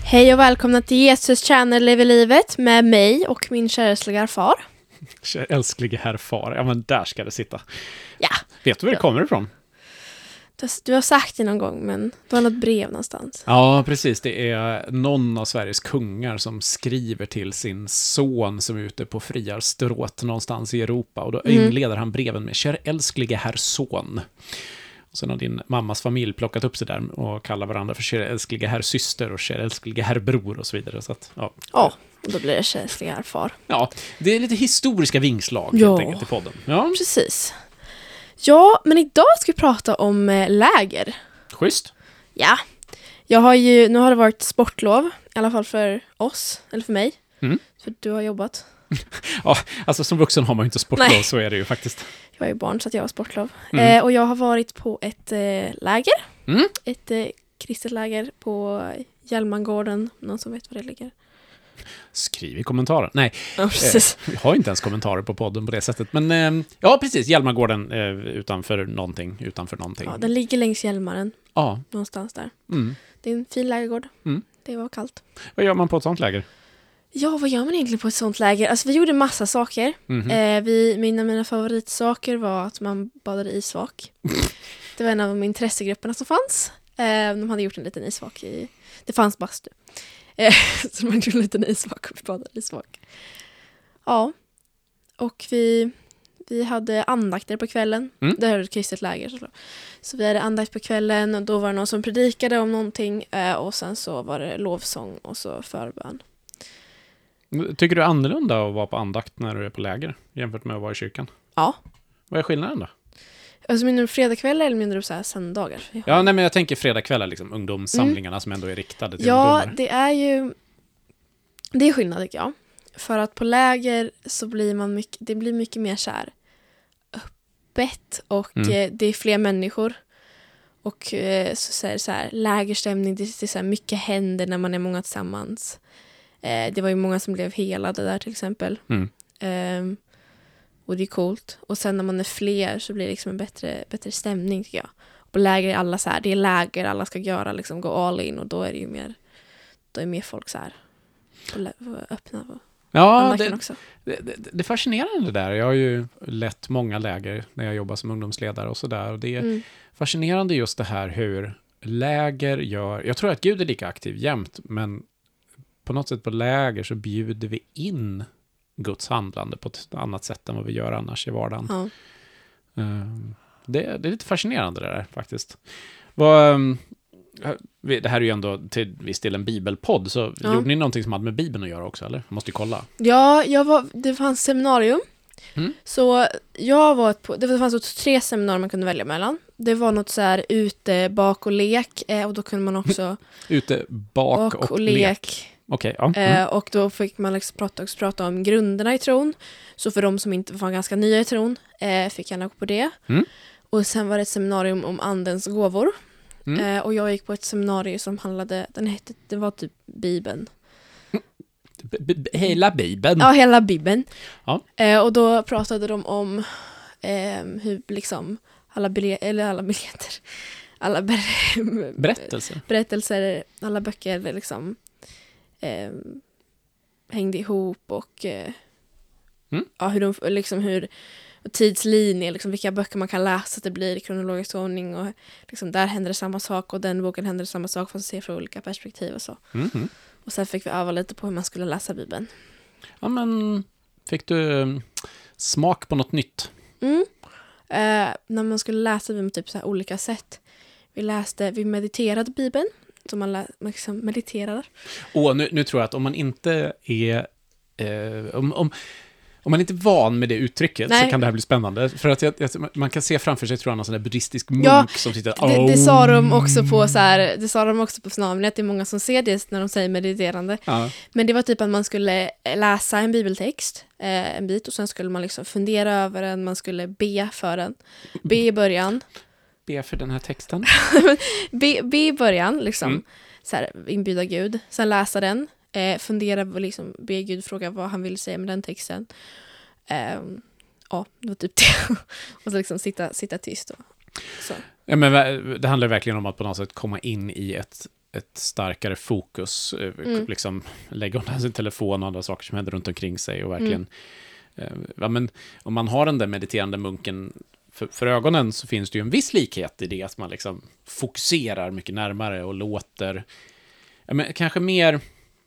Hej och välkomna till Jesus Channel Lever livet med mig och min kärsliga far. Älsklige herr far. Ja, men där ska det sitta. Ja. Vet du var det kommer ifrån? Du har sagt det någon gång, men du har något brev någonstans. Ja, precis. Det är någon av Sveriges kungar som skriver till sin son som är ute på friarstråt någonstans i Europa. Och då inleder han breven med kär älsklige herr son. Och sen har din mammas familj plockat upp sig där och kallar varandra för kär älsklige herr syster och kär älsklige herr bror och så vidare. Så att, ja. Ja, och då blir det kärsliga herr far. Ja, det är lite historiska vingslag helt enkelt i podden. Ja, precis. Ja, men idag ska vi prata om läger. schysst. Ja, nu har det varit sportlov, i alla fall för oss, eller för mig. För du har jobbat. Ja, alltså som vuxen har man ju inte sportlov. Nej. Så är det ju faktiskt. Jag är ju barn så att jag har sportlov. Och jag har varit på ett läger. Ett kristet läger på Hjälmangården. Någon som vet var det ligger? Skriv i kommentarer. Nej, Ja, precis. vi har inte ens kommentarer på podden på det sättet. Men ja, precis. Hjälmangården utanför någonting. Ja, den ligger längs Hjälmaren. Ja. Någonstans där. Det är en fin lägergård. Det var kallt. Vad gör man på ett sånt läger? Ja, vad gör man egentligen på ett sånt läger? Alltså vi gjorde massa saker. Mina favoritsaker var att man badade isvak. Det var en av de intressegrupperna som fanns. De hade gjort en liten isvak det fanns bastu. Så man gjorde en liten isvak och vi badade isvak. Ja. Och vi hade andakter på kvällen. Det här var ett kristet läger. Så vi hade andakt på kvällen och då var det någon som predikade om någonting. Och sen så var det lovsång och så förbön. Tycker du annorlunda att vara på andakt när du är på läger jämfört med att vara i kyrkan? Ja. Vad är skillnaden då? Alltså menar du fredagkvällar eller menar du så här söndagar? Ja, nej, men jag tänker fredagkvällar, liksom ungdomssamlingarna som ändå är riktade till ungdomar. Ja, det är skillnad tycker jag. För att på läger så blir det blir mycket mer så här öppet och det är fler människor. Och så är det så här lägerstämning, det är så här mycket händer när man är många tillsammans. Det var ju många som blev helade där till exempel. Och det är coolt. Och sen när man är fler så blir det liksom en bättre stämning tycker jag. Och på läger är alla så här, det är läger alla ska göra, liksom gå all in och då är det ju mer folk så här öppna på. Ja, också. Det är fascinerande där. Jag har ju lett många läger när jag jobbar som ungdomsledare och sådär. Och det är fascinerande just det här hur läger gör. Jag tror att Gud är lika aktiv jämt, men på något sätt på läger så bjuder vi in Guds handlande på ett annat sätt än vad vi gör annars i vardagen. Ja. Det är lite fascinerande det där faktiskt. Det här är ju ändå till viss del en bibelpodd, så gjorde ni någonting som hade med Bibeln att göra också, eller? Jag måste ju kolla. Ja, det fanns seminarium. Så det fanns 3 seminarier man kunde välja mellan. Det var något så här ute, bak och lek, och då kunde man också ute, bak och lek. Okej, ja. Och då fick man liksom prata om grunderna i tron. Så för de som inte var ganska nya i tron fick gärna gå på det. Och sen var det ett seminarium om andens gåvor. Och jag gick på ett seminarium som det var typ Bibeln. Hela Bibeln? Ja, hela Bibeln. Ja. Och då pratade de om hur liksom alla berättelser, alla böcker liksom hängde ihop och hur tidslinjer, liksom vilka böcker man kan läsa, att det blir i kronologisk ordning och liksom där händer det samma sak och den boken händer det samma sak fast se från olika perspektiv och så. Och sen fick vi öva lite på hur man skulle läsa Bibeln. Ja, men fick du smak på något nytt? När man skulle läsa Bibeln på typ så här olika sätt. Vi mediterade Bibeln. Som man liksom mediterar. Och nu tror jag att om man inte är om man inte är van med det uttrycket så kan det här bli spännande. För att man kan se framför sig, tror jag, någon sån där buddhistisk munk som sitter... Det sa de också på så här, det sa de också på snabeln, att det är många som ser det när de säger mediterande. Ja. Men det var typ att man skulle läsa en bibeltext, en bit, och sen skulle man liksom fundera över den, man skulle be för den. Be i början. Be för den här texten. be i början, liksom. Så här, inbjuda Gud. Sen läsa den. Fundera på, liksom, be Gud fråga vad han vill säga med den texten. Ja, det var typ det. Och så liksom sitta tyst. Så. Ja, men det handlar verkligen om att på något sätt komma in i ett ett starkare fokus, liksom lägga undan sin telefon och andra saker som händer runt omkring sig och verkligen, men om man har den där mediterande munken för ögonen så finns det ju en viss likhet i det att man liksom fokuserar mycket närmare och låter, men kanske mer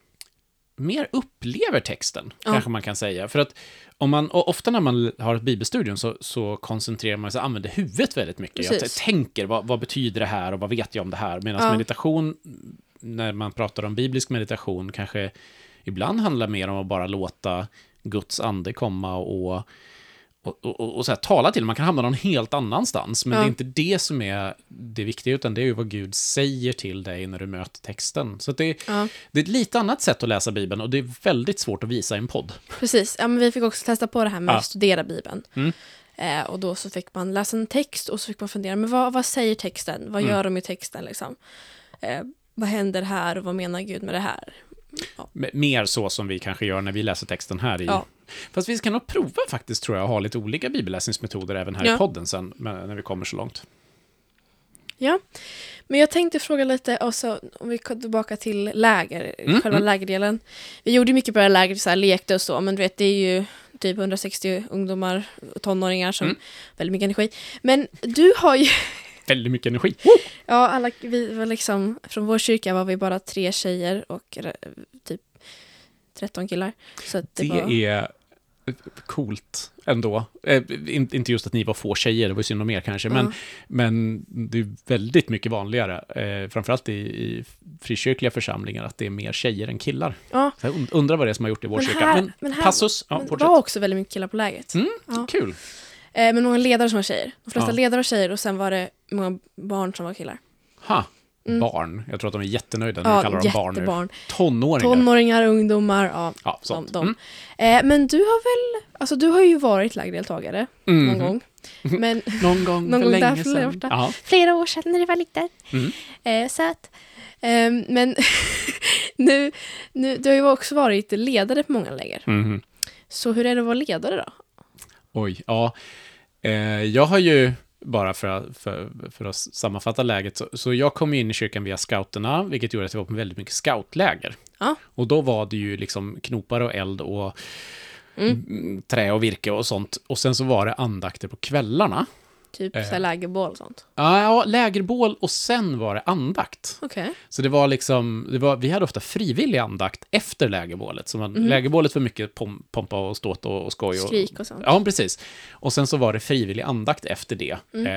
upplever texten, kanske man kan säga. För att ofta när man har ett bibelstudium så koncentrerar man sig, använder huvudet väldigt mycket. Jag tänker, vad betyder det här och vad vet jag om det här? Medan meditation, när man pratar om biblisk meditation, kanske ibland handlar mer om att bara låta Guds ande komma och så här, tala till. Man kan hamna någon helt annanstans, men det är inte det som är det viktiga, utan det är ju vad Gud säger till dig när du möter texten. Så att det är ett lite annat sätt att läsa Bibeln, och det är väldigt svårt att visa i en podd. Precis, men vi fick också testa på det här med att studera Bibeln. Och då så fick man läsa en text och så fick man fundera, men vad säger texten? Vad gör de i texten liksom? Vad händer här och vad menar Gud med det här? Mer så som vi kanske gör när vi läser texten här i... Fast vi ska nog prova faktiskt, tror jag, att ha lite olika bibelläsningsmetoder även här i podden sen, när vi kommer så långt. Ja, men jag tänkte fråga lite, också, om vi kommer tillbaka till läger, själva lägerdelen. Vi gjorde mycket på det här lägret, så här, lekte och så, men du vet, det är ju typ 160 ungdomar och tonåringar som väldigt mycket energi. Men du har ju... väldigt mycket energi. Ja, vi var liksom, från vår kyrka var vi bara 3 tjejer och typ 13 killar. Så att det är coolt ändå. Inte just att ni var få tjejer, det var ju synd om mer kanske, men det är väldigt mycket vanligare, framförallt i frikyrkliga församlingar, att det är mer tjejer än killar. Ja. Så jag undrar vad det är som har gjort det i vår kyrka. Men passus. Ja, det var också väldigt mycket killar på läget. Kul. Men många ledare som var tjejer. De flesta ledare var tjejer, och sen var det många barn som var killar. Barn. Jag tror att de är jättenöjda när de kallar dem barn nu. Tonåringar, ungdomar, sånt. Men du har väl, alltså du har ju varit lägerdeltagare någon gång. Men någon gång för länge sedan. Flera år sedan när det var lite söt. Men nu, du har ju också varit ledare på många läger. Så hur är det att vara ledare då? Oj, jag har ju, bara för att sammanfatta läget, så jag kom in i kyrkan via scouterna, vilket gjorde att jag var på väldigt mycket scoutläger. Och då var det ju liksom knopar och eld och trä och virke och sånt. Och sen så var det andakter på kvällarna. Typ så lägerbål och sånt? Ja, lägerbål och sen var det andakt. Okay. Så det var liksom, vi hade ofta frivillig andakt efter lägerbålet. Så lägerbålet var mycket pompa och ståt och skoj. Skrik och sånt. Ja, precis. Och sen så var det frivillig andakt efter det.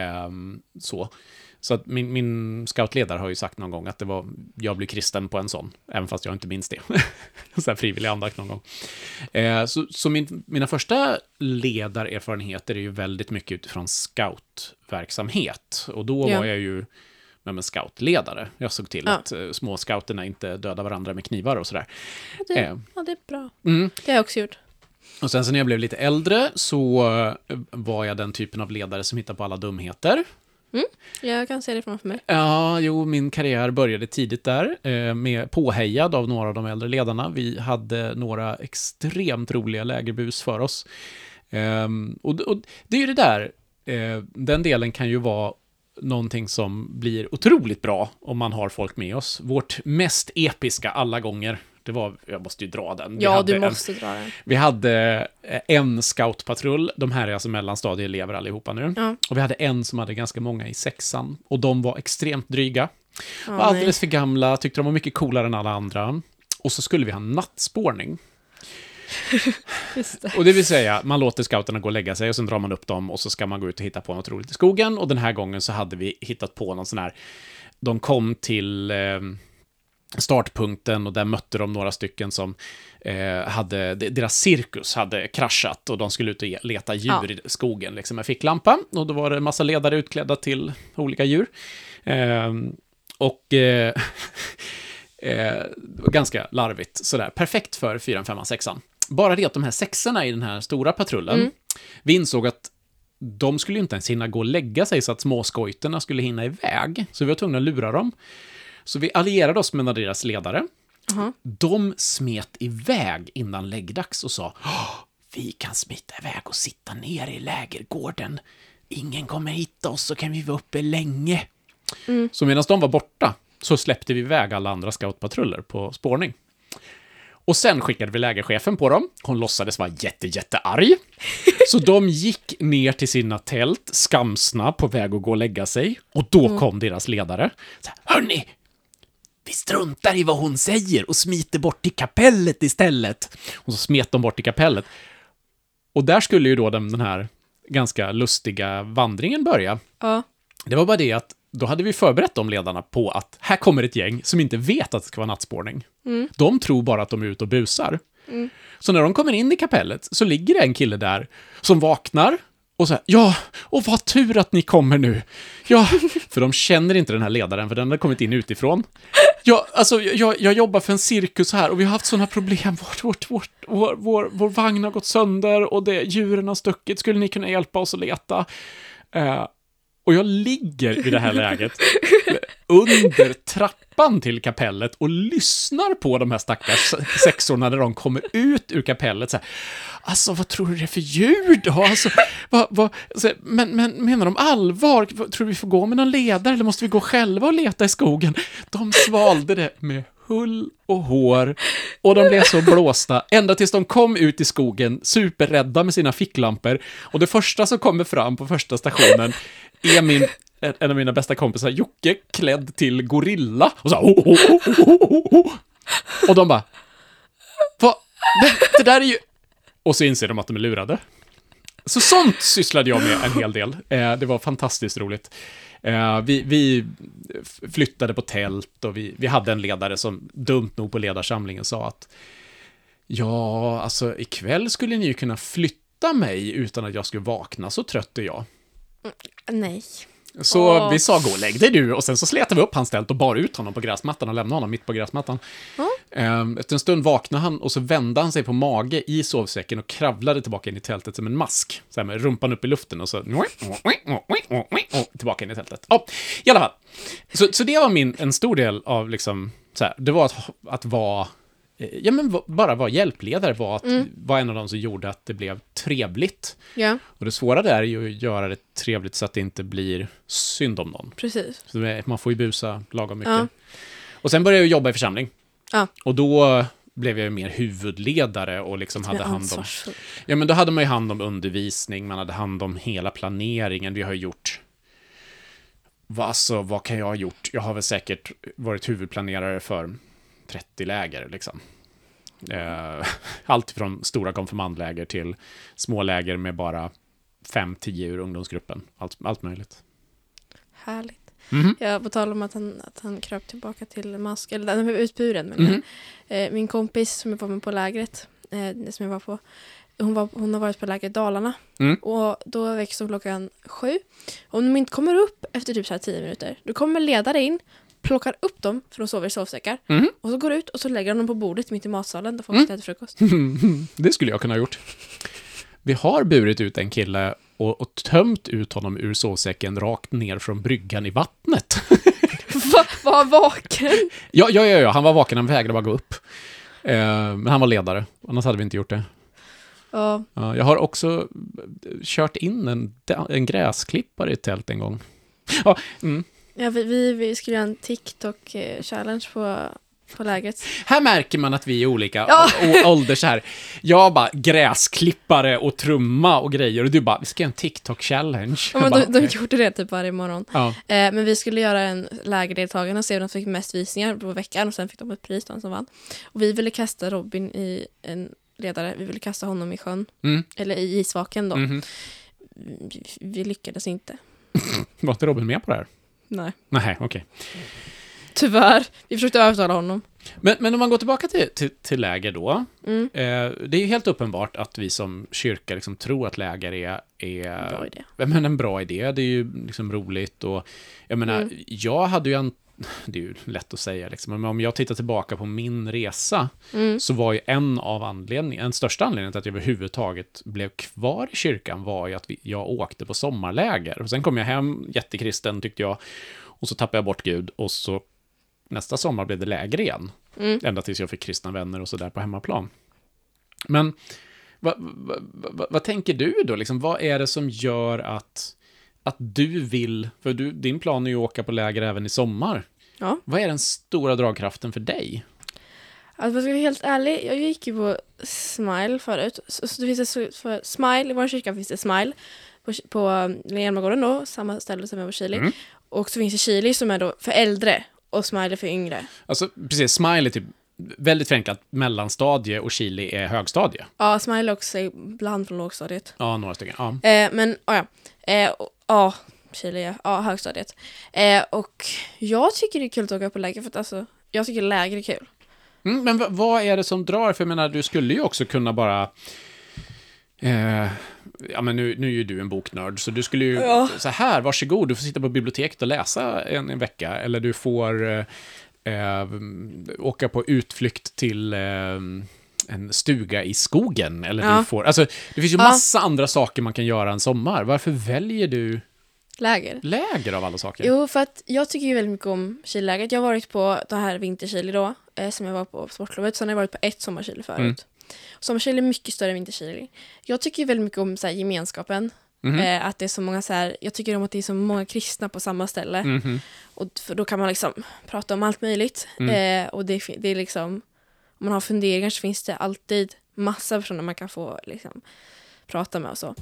Så att min scoutledare har ju sagt någon gång att det var, jag blev kristen på en sån, även fast jag inte minns det. Så här frivillig andakt någon gång. Så mina första ledarerfarenheter är ju väldigt mycket utifrån scoutverksamhet. Och då var jag ju scoutledare. Jag såg till att små scouterna inte dödade varandra med knivar och sådär. Det är bra. Det har jag också gjort. Och sen så när jag blev lite äldre så var jag den typen av ledare som hittar på alla dumheter. Jag kan se det framför mig. Ja, min karriär började tidigt där, med påhejad av några av de äldre ledarna. Vi hade några extremt roliga lägerbus för oss. Och det är ju det där, den delen kan ju vara någonting som blir otroligt bra om man har folk med oss. Vårt mest episka alla gånger, det var, jag måste ju dra den. Du måste dra den. Vi hade en scoutpatrull, de här är alltså mellanstadieelever allihopa nu. Och vi hade en som hade ganska många i 6:an. Och de var extremt dryga. Var alldeles för gamla, tyckte de var mycket coolare än alla andra. Och så skulle vi ha nattspårning. Just det. Och det vill säga, man låter scouterna gå och lägga sig och sen drar man upp dem och så ska man gå ut och hitta på något roligt i skogen. Och den här gången så hade vi hittat på någon sån här, de kom till startpunkten och där mötte de några stycken som deras cirkus hade kraschat och de skulle ut och leta djur i skogen liksom med ficklampa. Och då var det en massa ledare utklädda till olika djur. Ganska larvigt sådär. Perfekt för 4, 5, 6:an. Bara det att de här 6:orna i den här stora patrullen, vi insåg att de skulle inte ens hinna gå och lägga sig så att småskojterna skulle hinna iväg. Så vi var tvungna att lura dem. Så vi allierade oss med deras ledare. De smet iväg innan läggdags och sa, vi kan smita iväg och sitta ner i lägergården. Ingen kommer hitta oss så kan vi vara uppe länge. Så medan de var borta så släppte vi iväg alla andra scoutpatruller på spårning. Och sen skickade vi lägerchefen på dem. Hon låtsades vara jättearg. Så de gick ner till sina tält, skamsna, på väg att gå och lägga sig. Och då kom deras ledare. Så här, hörni, vi struntar i vad hon säger och smiter bort till kapellet istället. Och så smet de bort till kapellet. Och där skulle ju då den här ganska lustiga vandringen börja. Ja. Det var bara det att då hade vi förberett de ledarna på att här kommer ett gäng som inte vet att det ska vara nattspårning. De tror bara att de är ute och busar. Så när de kommer in i kapellet så ligger det en kille där som vaknar och säger, ja, och vad tur att ni kommer nu. Ja, för de känner inte den här ledaren, för den har kommit in utifrån. Ja, alltså, jag jobbar för en cirkus här och vi har haft sådana problem. Vår vagn har gått sönder och djuren har stuckit. Skulle ni kunna hjälpa oss att leta? Och jag ligger i det här läget under trappan till kapellet och lyssnar på de här stackars sexorna när de kommer ut ur kapellet. Så här, alltså, vad tror du det är för ljud då? Alltså, men menar de allvar? Tror du vi får gå med någon ledare eller måste vi gå själva och leta i skogen? De svalde det med hull och hår och de blev så blåsta ända tills de kom ut i skogen superrädda med sina ficklampor och det första som kommer fram på första stationen är en av mina bästa kompisar, Jocke, klädd till gorilla och så och de bara det där är ju, och så inser de att de är lurade. Så sånt sysslade jag med en hel del. Det var fantastiskt roligt. Vi flyttade på tält och vi hade en ledare som dumt nog på ledarsamlingen sa att ja, alltså ikväll skulle ni ju kunna flytta mig utan att jag skulle vakna, så trött är jag. Nej. Så vi sa, gå och lägg dig du. Och sen så sletade vi upp hans tält och bar ut honom på gräsmattan och lämnade honom mitt på gräsmattan. Efter en stund vaknade han och så vände han sig på mage i sovsäcken och kravlade tillbaka in i tältet som en mask. Så här med rumpan upp i luften och så tillbaka in i tältet. I alla fall. Så det var en stor del av liksom, så här, det var att vara bara vara hjälpledare var en av de som gjorde att det blev trevligt. Ja. Och det svåra där är ju att göra det trevligt så att det inte blir synd om någon. Precis. Så man får ju busa lagom mycket. Ja. Och sen började jag jobba i församling. Ja. Och då blev jag mer huvudledare och liksom hade hand om... Ja, men då hade man ju hand om undervisning, man hade hand om hela planeringen. Vi har ju gjort... vad kan jag ha gjort? Jag har väl säkert varit huvudplanerare för 30 läger liksom. Allt från stora konfirmandläger till små läger med bara 5-10 ur ungdomsgruppen. Allt möjligt. Härligt. Mm-hmm. Jag på tal om att han kröp tillbaka till mask, eller den var utburen. Men min kompis som jag var med på lägret, som jag var på, hon har varit på lägret Dalarna. Och då väcks de klockan 7. Om de inte kommer upp efter typ så här 10 minuter, då kommer ledare in, plockar upp dem för de sover i sovsäckar och så går ut och så lägger de dem på bordet mitt i matsalen där folk äter frukost. Det skulle jag kunna ha gjort. Vi har burit ut en kille och tömt ut honom ur sovsäcken rakt ner från bryggan i vattnet. Var vaken? Ja, han var vaken, han vägrade bara gå upp. Men han var ledare, annars hade vi inte gjort det. Ja. Jag har också kört in en gräsklippare i ett tält en gång. Ja, Ja, vi skulle göra en TikTok-challenge på lägret. Här märker man att vi är olika ålder så här. Jag bara gräsklippare och trumma och grejer och du bara, vi ska göra en TikTok-challenge. Ja, men de gjorde det typ varje morgon. Ja. Men vi skulle göra en lägerdeltagande och se vem som fick mest visningar på veckan och sen fick de ett pris som vann. Och vi ville kasta Robin i en ledare, vi ville kasta honom i sjön. Eller i isvaken då. Vi lyckades inte. Var inte Robin med på det här? Nej, okej. Tyvärr. Vi försökte övertala honom. Men om man går tillbaka till läger då. Det är ju helt uppenbart att vi som kyrka liksom tror att läger är bra idé. Men en bra idé. Det är ju liksom roligt. Och jag menar, jag hade ju det är ju lätt att säga liksom, men om jag tittar tillbaka på min resa så var ju en största anledningen till att jag överhuvudtaget blev kvar i kyrkan var ju att jag åkte på sommarläger. Och sen kom jag hem, jättekristen tyckte jag, och så tappade jag bort Gud och så nästa sommar blev det läger igen. Ända tills jag fick kristna vänner och så där på hemmaplan. Men vad tänker du då? Liksom, vad är det som gör att du vill, för din plan är ju att åka på läger även i sommar. Ja. Vad är den stora dragkraften för dig? Alltså, för att vara helt ärlig, jag gick ju på Smile förut. Så det finns för Smile, i vår kyrka finns det Smile på Hjälmagården då, samma ställe som är på Chili. Och så finns det Chili som är då för äldre och Smile är för yngre. Alltså, precis, Smile är typ väldigt förenklat mellanstadie och Chili är högstadie. Ja, Smile också ibland från lågstadiet. Ja, några stycken. Ja. Men, Chili är högstadiet. Och jag tycker det är kul att åka på läger för att alltså, jag tycker läger är kul. Men vad är det som drar? För jag menar, du skulle ju också kunna bara... ja, men nu är ju du en boknörd, så du skulle ju... Så här, varsågod, du får sitta på biblioteket och läsa en vecka. Eller du får åka på utflykt till en stuga i skogen. Eller du får... Alltså, det finns ju massa andra saker man kan göra en sommar. Varför väljer du... Läger av alla saker? Jo, för att jag tycker ju väldigt mycket om Chililägret. Jag har varit på det här vinterchili då, som jag var på sportlovet. Sen har jag varit på ett sommarchili förut. Sommarchili är mycket större än vinterchili. Jag tycker ju väldigt mycket om så här, gemenskapen. Att det är så många så här, jag tycker om att det är så många kristna på samma ställe. Och för då kan man liksom prata om allt möjligt. Och det är liksom, om man har funderingar så finns det alltid massa personer man kan få liksom prata med och så.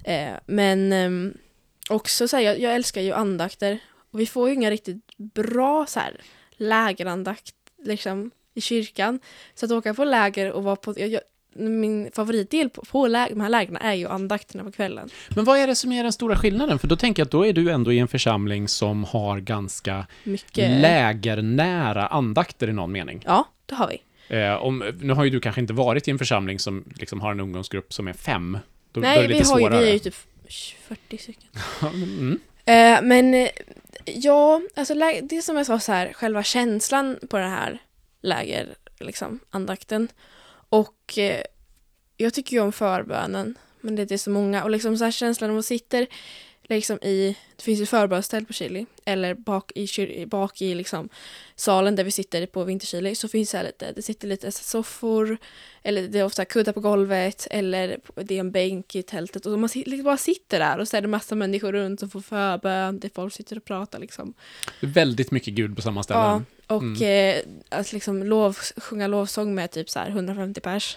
Men också så här, jag älskar ju andakter. Och vi får ju inga riktigt bra så här lägerandakt liksom i kyrkan. Så att åka på läger och vara på... min favoritdel på de här lägerna är ju andakterna på kvällen. Men vad är det som är den stora skillnaden? För då tänker jag att då är du ändå i en församling som har ganska mycket lägernära andakter i någon mening. Ja, det har vi. Nu har ju du kanske inte varit i en församling som liksom har en ungdomsgrupp som är 5. Nej, vi är ju typ 40 stycken. Men ja, alltså det som jag sa så här, själva känslan på det här läger, liksom, andakten. Och jag tycker ju om förbönen, men det är så många. Och liksom så här känslan när man sitter liksom det finns ju förbönställ på Chili, eller bak i liksom salen där vi sitter på vinterchili, så finns det sitter lite soffor, eller det är ofta kuddar på golvet, eller det är en bänk i tältet, och man liksom bara sitter där och så är det massa människor runt som får förbön, där folk sitter och pratar liksom. Det är väldigt mycket Gud på samma ställen. Ja, och att liksom sjunga lovsång med typ så här 150 pers.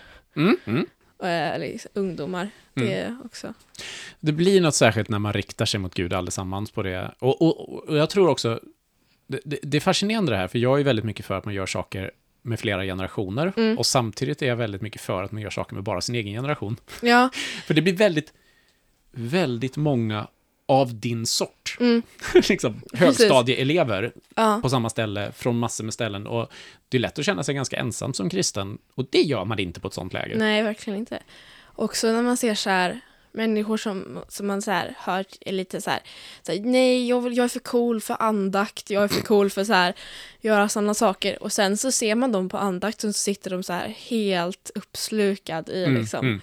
Eller ungdomar. Det också. Det blir något särskilt när man riktar sig mot Gud allesammans på det. Och jag tror också, det är fascinerande det här, för jag är väldigt mycket för att man gör saker med flera generationer. Och samtidigt är jag väldigt mycket för att man gör saker med bara sin egen generation. Ja. För det blir väldigt, väldigt många av din sort. Liksom, högstadieelever på samma ställe, från massor med ställen. Och det är lätt att känna sig ganska ensam som kristen. Och det gör man inte på ett sånt läger. Nej, verkligen inte. Också när man ser så här människor som man så här hört är lite så här nej, jag är för cool för andakt, jag är för cool för så här göra sådana saker, och sen så ser man dem på andakt och så sitter de så här helt uppslukad i liksom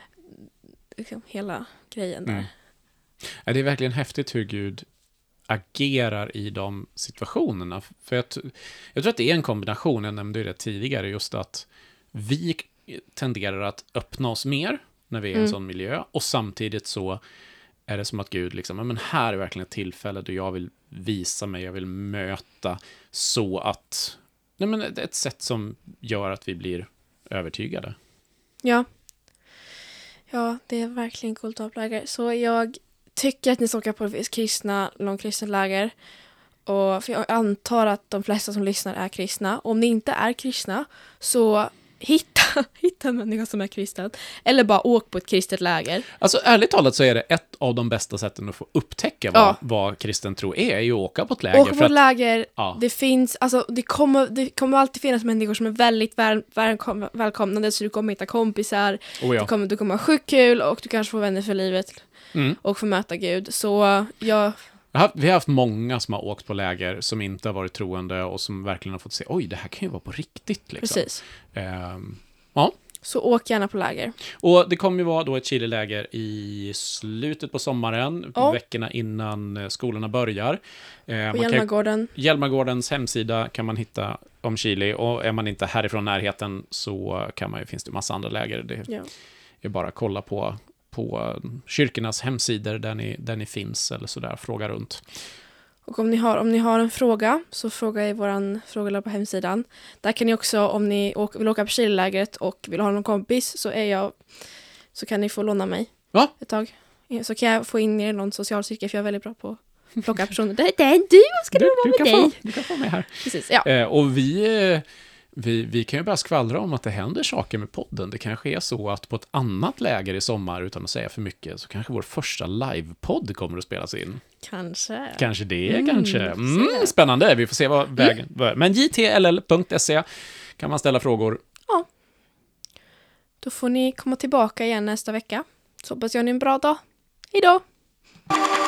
hela grejen där. Ja, det är verkligen häftigt hur Gud agerar i de situationerna. För jag tror att det är en kombination, jag nämnde det tidigare, just att vi tenderar att öppna oss mer när vi är i en sån miljö, och samtidigt så är det som att Gud liksom, men här är verkligen ett tillfälle då jag vill visa mig, jag vill möta, så att men ett sätt som gör att vi blir övertygade. Ja, det är verkligen coolt att ha läger. Så jag tycker att ni ska åka på någon kristen läger. Och för jag antar att de flesta som lyssnar är kristna. Och om ni inte är kristna, så hitta en människa som är kristen. Eller bara åk på ett kristet läger. Alltså ärligt talat så är det ett av de bästa sätten att få upptäcka vad kristen tro är ju att åka på ett läger. Åka på ett läger, det finns, alltså det kommer alltid finnas människor som är väldigt välkomnande, så du kommer hitta kompisar, du kommer ha sjukt kul, och du kanske får vänner för livet och få möta Gud. Så vi har haft många som har åkt på läger som inte har varit troende och som verkligen har fått se, oj, det här kan ju vara på riktigt. Liksom. Precis. Ja. Så åk gärna på läger. Och det kommer ju vara då ett Chili-läger i slutet på sommaren, veckorna innan skolorna börjar. På Hjälmagården. Hjälmagårdens hemsida kan man hitta om Chili, och är man inte härifrån närheten så finns det massa andra läger. Det är bara att kolla på kyrkornas hemsidor där ni finns eller sådär, fråga runt. Och om ni har en fråga så fråga i våran frågelapp på hemsidan. Där kan ni också, om ni vill åka på Chilelägret och vill ha någon kompis, så kan ni få låna mig ett tag. Så kan jag få in er i någon social cirkel, för jag är väldigt bra på att plocka personer. Det är du, vad ska du vara med dig? Du kan få med här. Precis, ja. Och vi kan ju bara skvallra om att det händer saker med podden. Det kanske är så att på ett annat läger i sommar, utan att säga för mycket, så kanske vår första livepodd kommer att spelas in. Kanske. Kanske det, kanske. Spännande, vi får se vad vägen börjar. Men jtll.se kan man ställa frågor. Ja. Då får ni komma tillbaka igen nästa vecka. Så hoppas jag ni har en bra dag. Hej då!